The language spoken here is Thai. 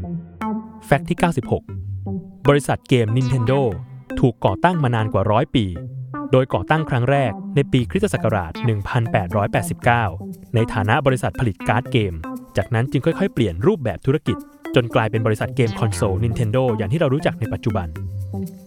แฟกต์ที่96บริษัทเกม Nintendo ถูกก่อตั้งมานานกว่า100ปีโดยก่อตั้งครั้งแรกในปีคริสตศักราช1889ในฐานะบริษัทผลิตการ์ดเกมจากนั้นจึงค่อยๆเปลี่ยนรูปแบบธุรกิจจนกลายเป็นบริษัทเกมคอนโซล Nintendo อย่างที่เรารู้จักในปัจจุบัน